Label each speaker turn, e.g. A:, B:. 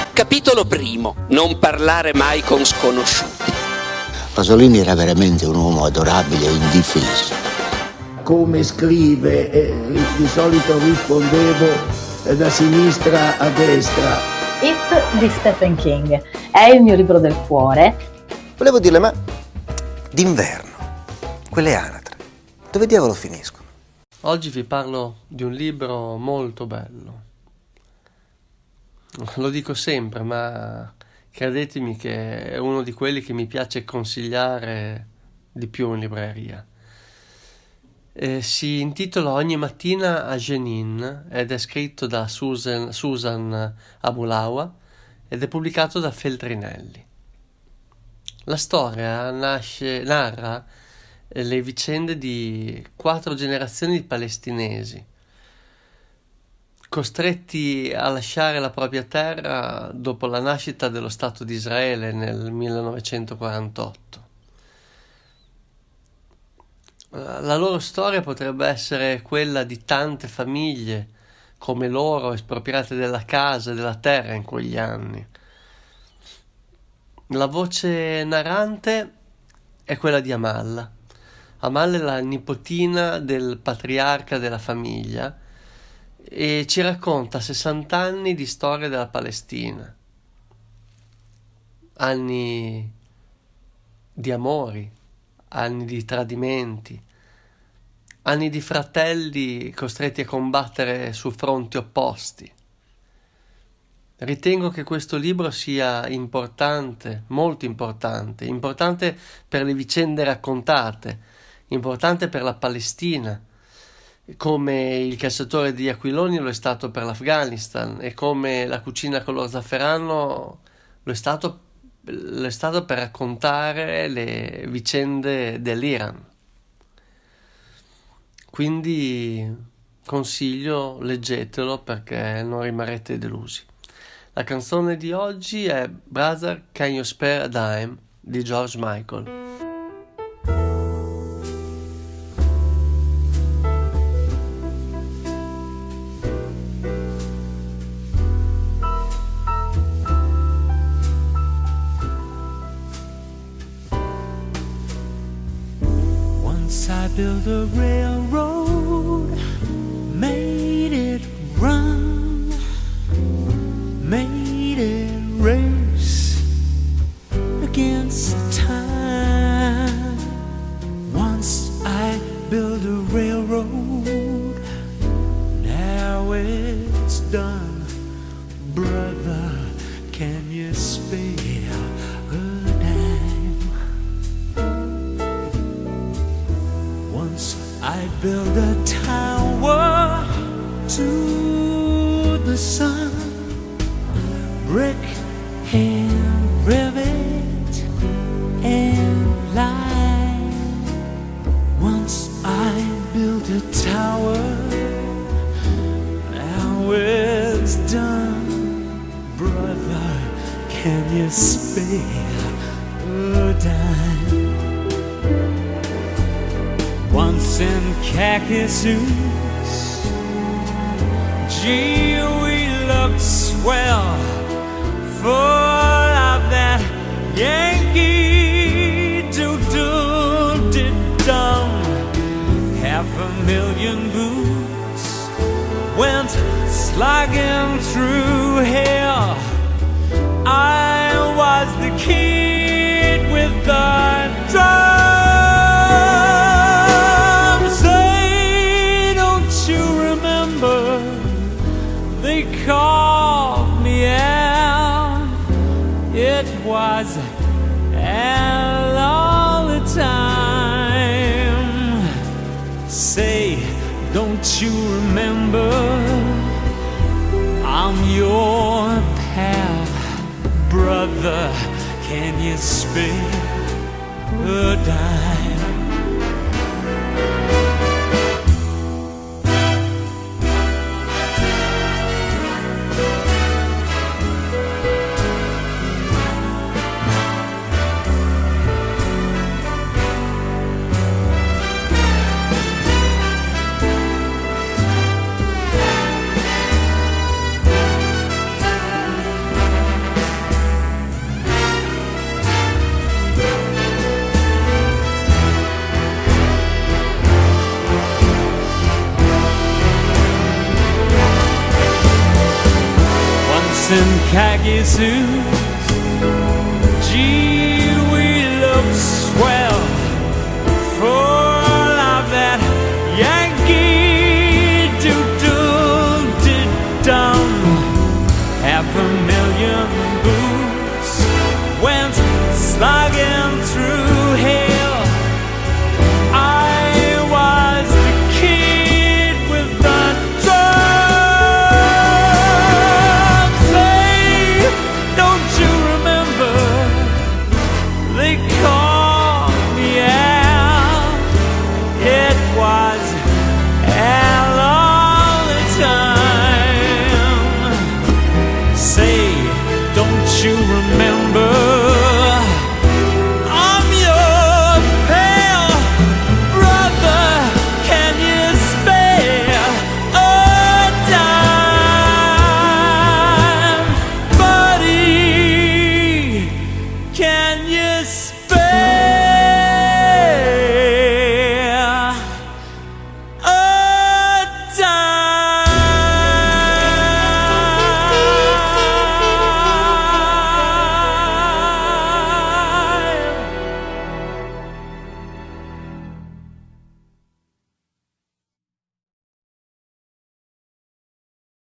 A: Capitolo primo. Non parlare mai con sconosciuti.
B: Pasolini era veramente un uomo adorabile e indifeso.
C: Come scrive, di solito rispondevo da sinistra a destra.
D: It di Stephen King è il mio libro del cuore.
E: Volevo dirle, ma d'inverno, quelle anatre, dove diavolo finiscono?
F: Oggi vi parlo di un libro molto bello. Lo dico sempre, ma credetemi che è uno di quelli che mi piace consigliare di più in libreria. Si intitola Ogni mattina a Jenin ed è scritto da Susan Abulawa ed è pubblicato da Feltrinelli. La storia narra le vicende di 4 generazioni di palestinesi costretti a lasciare la propria terra dopo la nascita dello Stato di Israele nel 1948. La loro storia potrebbe essere quella di tante famiglie come loro espropriate della casa e della terra in quegli anni. La voce narrante è quella di Amal. Amal è la nipotina del patriarca della famiglia e ci racconta 60 anni di storia della Palestina, anni di amori, anni di tradimenti, anni di fratelli costretti a combattere su fronti opposti. Ritengo che questo libro sia importante, molto importante per le vicende raccontate, importante per la Palestina, come il cacciatore di aquiloni lo è stato per l'Afghanistan e come la cucina color zafferano lo è stato per raccontare le vicende dell'Iran. Quindi consiglio, leggetelo perché non rimarrete delusi. La canzone di oggi è Brother Can You Spare a Dime di George Michael.
G: I built a railroad, made it run, made it race against time. Once I built a railroad, now it's done. Brother, can you spare a dime? Once I built a tower to the sun, brick and rivet and line. Once I built a tower, now it's done. Brother, can you spare a dime? Once in khaki suits, gee, we looked swell, full of that Yankee do-do-did-dum. 500,000 boots went slugging through hell. I was the kid with the drum. They called me out. It was hell all the time. Say, don't you remember? I'm your pal. Brother, can you spare a dime? in khaki suits. Gee, we look swell for all of that Yankee do-do-did-dum. 500,000 boots went slogging through here.